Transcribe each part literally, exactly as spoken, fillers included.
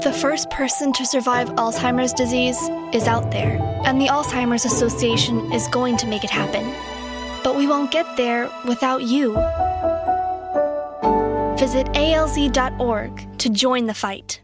The first person to survive Alzheimer's disease is out there, and the Alzheimer's Association is going to make it happen. But we won't get there without you. Visit A L Z dot org to join the fight.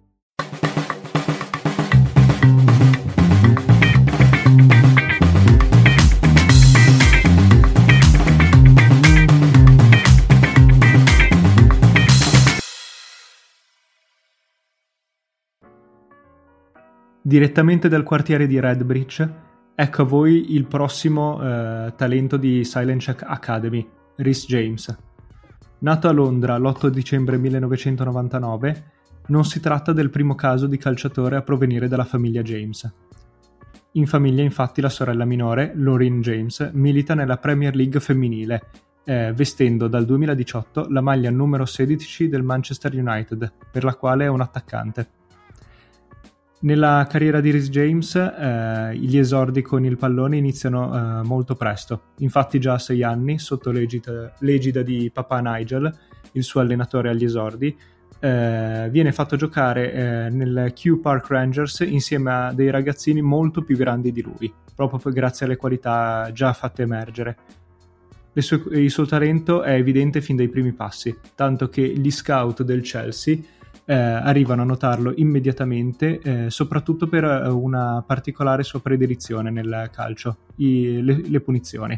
Direttamente dal quartiere di Redbridge, ecco a voi il prossimo eh, talento di Silent Check Academy, Rhys James. Nato a Londra l'otto dicembre millenovecentonovantanove, non si tratta del primo caso di calciatore a provenire dalla famiglia James. In famiglia, infatti, la sorella minore, Laureen James, milita nella Premier League femminile, eh, vestendo dal duemiladiciotto la maglia numero sedici del Manchester United, per la quale è un attaccante. Nella carriera di Rhys James eh, gli esordi con il pallone iniziano eh, molto presto, infatti già a sei anni, sotto l'egida, l'egida di papà Nigel, il suo allenatore agli esordi, eh, viene fatto giocare eh, nel Kew Park Rangers insieme a dei ragazzini molto più grandi di lui, proprio grazie alle qualità già fatte emergere. Le sue, il suo talento è evidente fin dai primi passi, tanto che gli scout del Chelsea Eh, arrivano a notarlo immediatamente, eh, soprattutto per una particolare sua predilezione nel calcio, i, le, le punizioni.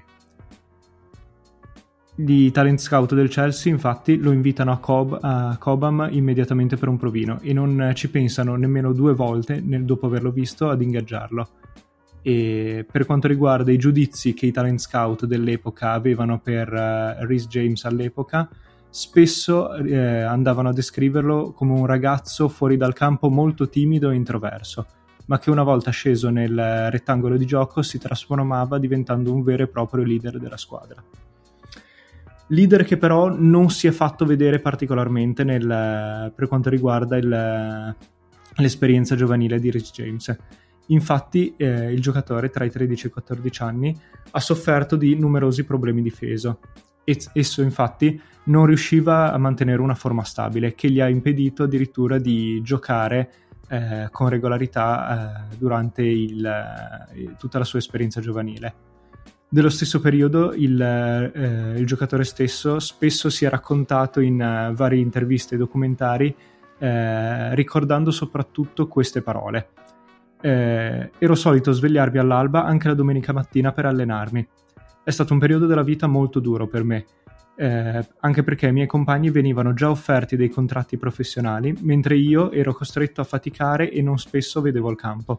Gli talent scout del Chelsea infatti lo invitano a, Cob, a Cobham immediatamente per un provino e non ci pensano nemmeno due volte nel, dopo averlo visto ad ingaggiarlo. E per quanto riguarda i giudizi che i talent scout dell'epoca avevano per uh, Rhys James all'epoca, spesso eh, andavano a descriverlo come un ragazzo fuori dal campo molto timido e introverso, ma che una volta sceso nel rettangolo di gioco si trasformava diventando un vero e proprio leader della squadra. Leader che però non si è fatto vedere particolarmente nel, per quanto riguarda il, l'esperienza giovanile di Rhys James. Infatti eh, il giocatore tra i tredici e i quattordici anni ha sofferto di numerosi problemi di peso. Esso infatti non riusciva a mantenere una forma stabile, che gli ha impedito addirittura di giocare eh, con regolarità eh, durante il, eh, tutta la sua esperienza giovanile. Dello stesso periodo il, eh, il giocatore stesso spesso si è raccontato in uh, varie interviste e documentari eh, ricordando soprattutto queste parole. Eh, ero solito svegliarmi all'alba anche la domenica mattina per allenarmi. È stato un periodo della vita molto duro per me, eh, anche perché i miei compagni venivano già offerti dei contratti professionali, mentre io ero costretto a faticare e non spesso vedevo il campo.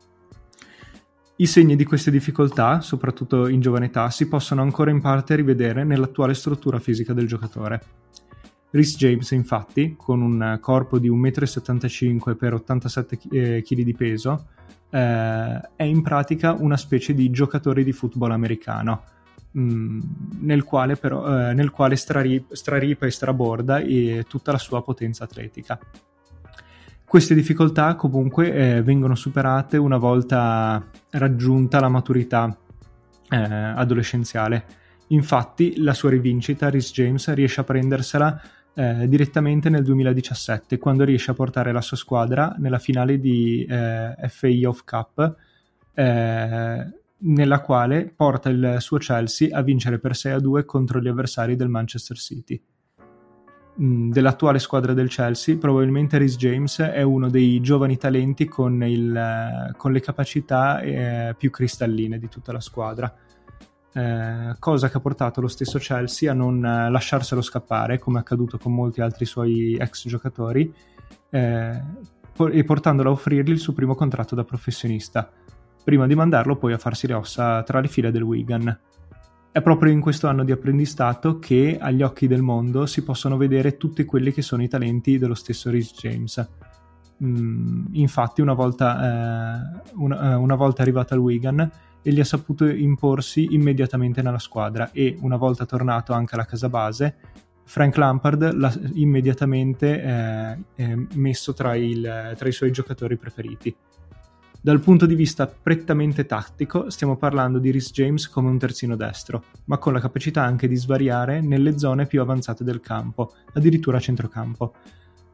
I segni di queste difficoltà, soprattutto in giovane età, si possono ancora in parte rivedere nell'attuale struttura fisica del giocatore. Rhys James, infatti, con un corpo di un metro e settantacinque per ottantasette chili di peso, eh, è in pratica una specie di giocatore di football americano, mh, nel quale però eh, nel quale strarip, straripa e straborda e tutta la sua potenza atletica. Queste difficoltà comunque eh, vengono superate una volta raggiunta la maturità eh, adolescenziale. Infatti la sua rivincita, Rhys James riesce a prendersela Eh, direttamente nel duemiladiciassette, quando riesce a portare la sua squadra nella finale di eh, F A Youth Cup, eh, nella quale porta il suo Chelsea a vincere per sei a due contro gli avversari del Manchester City. Mm, dell'attuale squadra del Chelsea, probabilmente Rhys James è uno dei giovani talenti con, il, con le capacità eh, più cristalline di tutta la squadra. Eh, cosa che ha portato lo stesso Chelsea a non eh, lasciarselo scappare, come è accaduto con molti altri suoi ex giocatori, eh, por- e portandolo a offrirgli il suo primo contratto da professionista, prima di mandarlo poi a farsi le ossa tra le file del Wigan. È proprio in questo anno di apprendistato che agli occhi del mondo si possono vedere tutti quelli che sono i talenti dello stesso Rhys James. Mm, infatti una volta, eh, una, una volta arrivato al Wigan e gli ha saputo imporsi immediatamente nella squadra, e una volta tornato anche alla casa base, Frank Lampard l'ha immediatamente eh, eh, messo tra, il, tra i suoi giocatori preferiti. Dal punto di vista prettamente tattico stiamo parlando di Rhys James come un terzino destro, ma con la capacità anche di svariare nelle zone più avanzate del campo, addirittura a centrocampo.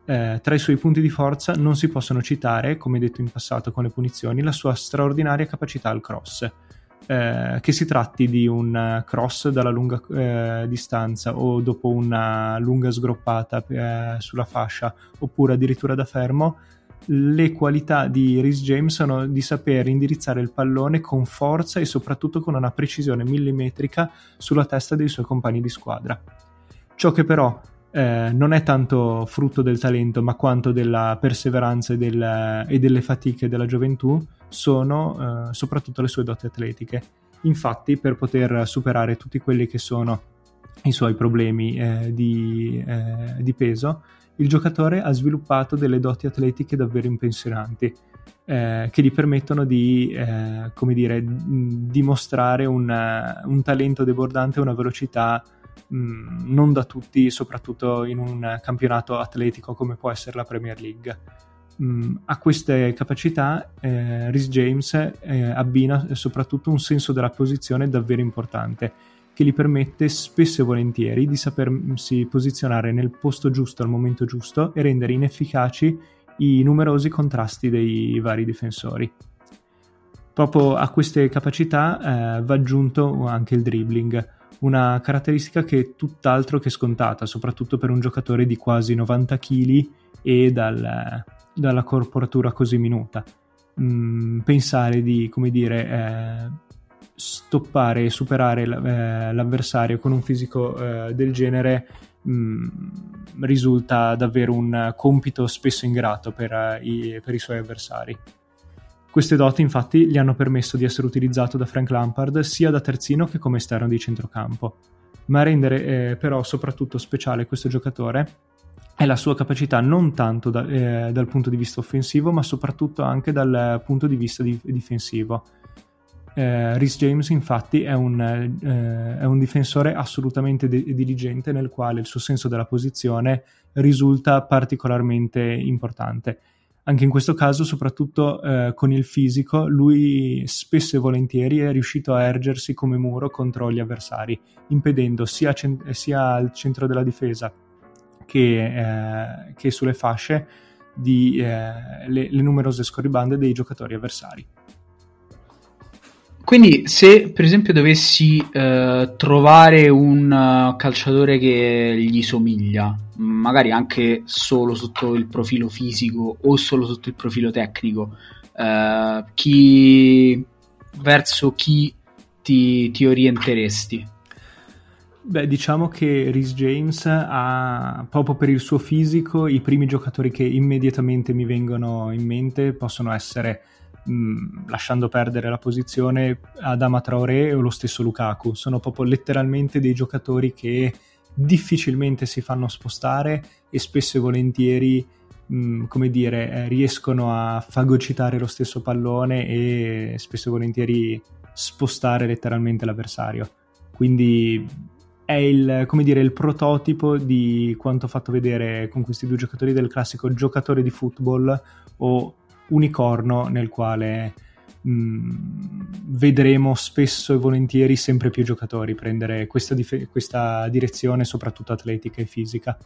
Eh, tra i suoi punti di forza non si possono citare, come detto in passato con le punizioni, la sua straordinaria capacità al cross. Eh, che si tratti di un cross dalla lunga eh, distanza o dopo una lunga sgroppata eh, sulla fascia oppure addirittura da fermo, le qualità di Reece James sono di saper indirizzare il pallone con forza e soprattutto con una precisione millimetrica sulla testa dei suoi compagni di squadra. Ciò che però eh, non è tanto frutto del talento ma quanto della perseveranza e, del, e delle fatiche della gioventù sono eh, soprattutto le sue doti atletiche. Infatti, per poter superare tutti quelli che sono i suoi problemi eh, di, eh, di peso, il giocatore ha sviluppato delle doti atletiche davvero impressionanti eh, che gli permettono di eh, come dire, dimostrare un, un talento debordante e una velocità mh, non da tutti, soprattutto in un campionato atletico come può essere la Premier League. Mm, a queste capacità eh, Reece James eh, abbina soprattutto un senso della posizione davvero importante che gli permette spesso e volentieri di sapersi posizionare nel posto giusto al momento giusto e rendere inefficaci i numerosi contrasti dei vari difensori. Proprio a queste capacità eh, va aggiunto anche il dribbling, una caratteristica che è tutt'altro che scontata, soprattutto per un giocatore di quasi novanta chili e dal dalla corporatura così minuta. Mm, pensare di, come dire, eh, stoppare e superare eh, l'avversario con un fisico eh, del genere mh, risulta davvero un compito spesso ingrato per, uh, i, per i suoi avversari. Queste doti infatti gli hanno permesso di essere utilizzato da Frank Lampard sia da terzino che come esterno di centrocampo, ma a rendere eh, però soprattutto speciale questo giocatore è la sua capacità non tanto da, eh, dal punto di vista offensivo ma soprattutto anche dal punto di vista di, difensivo. Eh, Reece James infatti è un, eh, è un difensore assolutamente de- diligente nel quale il suo senso della posizione risulta particolarmente importante. Anche in questo caso, soprattutto eh, con il fisico, lui spesso e volentieri è riuscito a ergersi come muro contro gli avversari, impedendo sia, cent- sia al centro della difesa che, eh, che sulle fasce di eh, le, le numerose scorribande dei giocatori avversari. Quindi se per esempio dovessi eh, trovare un uh, calciatore che gli somiglia, magari anche solo sotto il profilo fisico o solo sotto il profilo tecnico, eh, chi verso chi ti, ti orienteresti? Beh, diciamo che Reece James ha, proprio per il suo fisico, i primi giocatori che immediatamente mi vengono in mente possono essere, mh, lasciando perdere la posizione, Adama Traoré o lo stesso Lukaku. Sono proprio letteralmente dei giocatori che difficilmente si fanno spostare e spesso e volentieri, mh, come dire, eh, riescono a fagocitare lo stesso pallone e spesso e volentieri spostare letteralmente l'avversario. Quindi è il, come dire, il prototipo di quanto fatto vedere con questi due giocatori del classico giocatore di football o unicorno nel quale mh, vedremo spesso e volentieri sempre più giocatori prendere questa, dif- questa direzione, soprattutto atletica e fisica.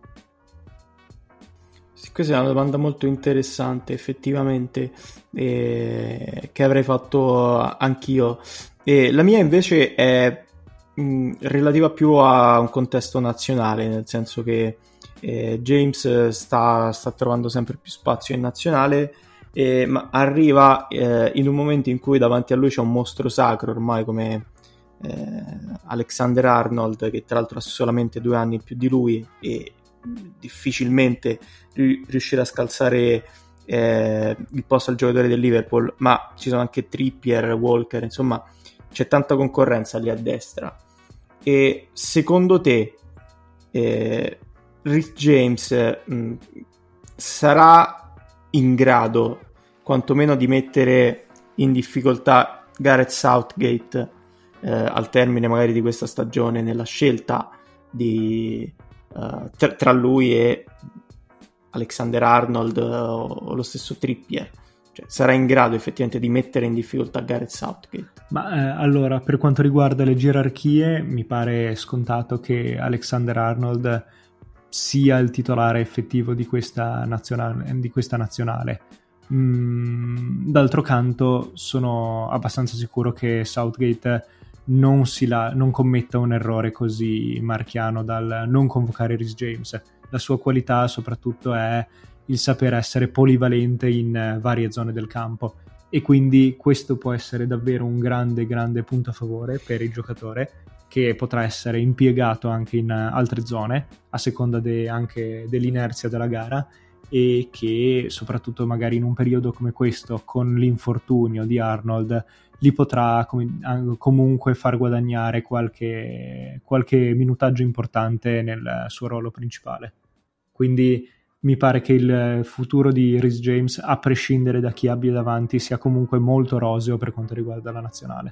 Sì, questa è una domanda molto interessante effettivamente, eh, che avrei fatto anch'io. E la mia invece è relativa più a un contesto nazionale, nel senso che eh, James sta, sta trovando sempre più spazio in nazionale, eh, ma arriva eh, in un momento in cui davanti a lui c'è un mostro sacro ormai come eh, Alexander Arnold, che tra l'altro ha solamente due anni più di lui e difficilmente ri- riuscirà a scalzare eh, il posto al giocatore del Liverpool, ma ci sono anche Trippier, Walker, insomma c'è tanta concorrenza lì a destra. E secondo te eh, Reece James mh, sarà in grado quantomeno di mettere in difficoltà Gareth Southgate eh, al termine magari di questa stagione nella scelta di, uh, tra, tra lui e Alexander Arnold uh, o lo stesso Trippier? Cioè, sarà in grado effettivamente di mettere in difficoltà Gareth Southgate? Ma eh, allora, per quanto riguarda le gerarchie, mi pare scontato che Alexander Arnold sia il titolare effettivo di questa nazionale. Di questa nazionale. Mm, d'altro canto sono abbastanza sicuro che Southgate non, si la, non commetta un errore così marchiano dal non convocare Reece James. La sua qualità soprattutto è il saper essere polivalente in varie zone del campo, e quindi questo può essere davvero un grande grande punto a favore per il giocatore, che potrà essere impiegato anche in altre zone a seconda de, anche dell'inerzia della gara, e che soprattutto magari in un periodo come questo, con l'infortunio di Arnold, li potrà com- comunque far guadagnare qualche, qualche minutaggio importante nel suo ruolo principale. Quindi mi pare che il futuro di Reece James, a prescindere da chi abbia davanti, sia comunque molto roseo per quanto riguarda la nazionale.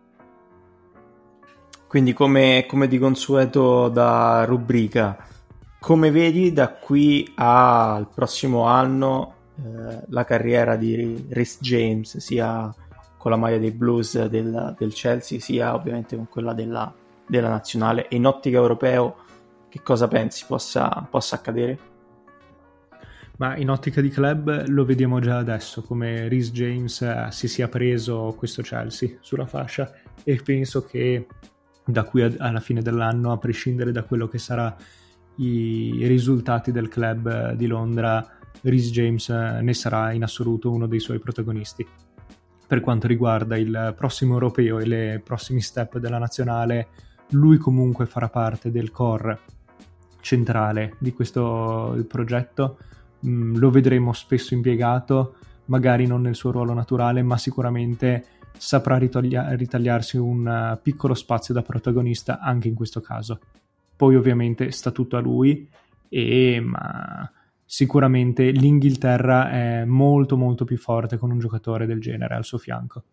Quindi come, come di consueto da rubrica, come vedi da qui al prossimo anno eh, la carriera di Reece James, sia con la maglia dei Blues del, del Chelsea, sia ovviamente con quella della, della nazionale, e in ottica europeo che cosa pensi possa, possa accadere? Ma in ottica di club lo vediamo già adesso, come Reece James eh, si sia preso questo Chelsea sulla fascia, e penso che da qui a, alla fine dell'anno, a prescindere da quello che sarà i risultati del club di Londra, Reece James ne sarà in assoluto uno dei suoi protagonisti. Per quanto riguarda il prossimo europeo e le prossimi step della nazionale, lui comunque farà parte del core centrale di questo progetto. Mm, lo vedremo spesso impiegato, magari non nel suo ruolo naturale, ma sicuramente saprà ritaglia- ritagliarsi un piccolo spazio da protagonista anche in questo caso. Poi ovviamente sta tutto a lui, e ma sicuramente l'Inghilterra è molto molto più forte con un giocatore del genere al suo fianco.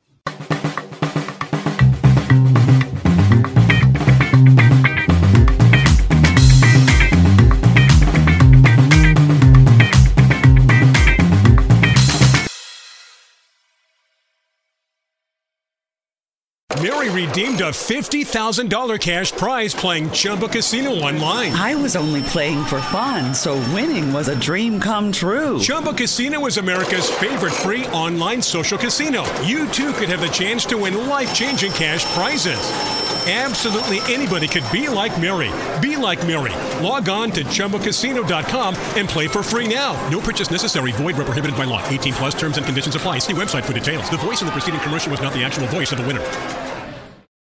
Mary redeemed a fifty thousand dollars cash prize playing Chumba Casino online. I was only playing for fun, so winning was a dream come true. Chumba Casino is America's favorite free online social casino. You too could have the chance to win life-changing cash prizes. Absolutely anybody could be like Mary. Be like Mary. Log on to Chumba Casino dot com and play for free now. No purchase necessary. Void where prohibited by law. eighteen plus terms and conditions apply. See website for details. The voice of the preceding commercial was not the actual voice of the winner.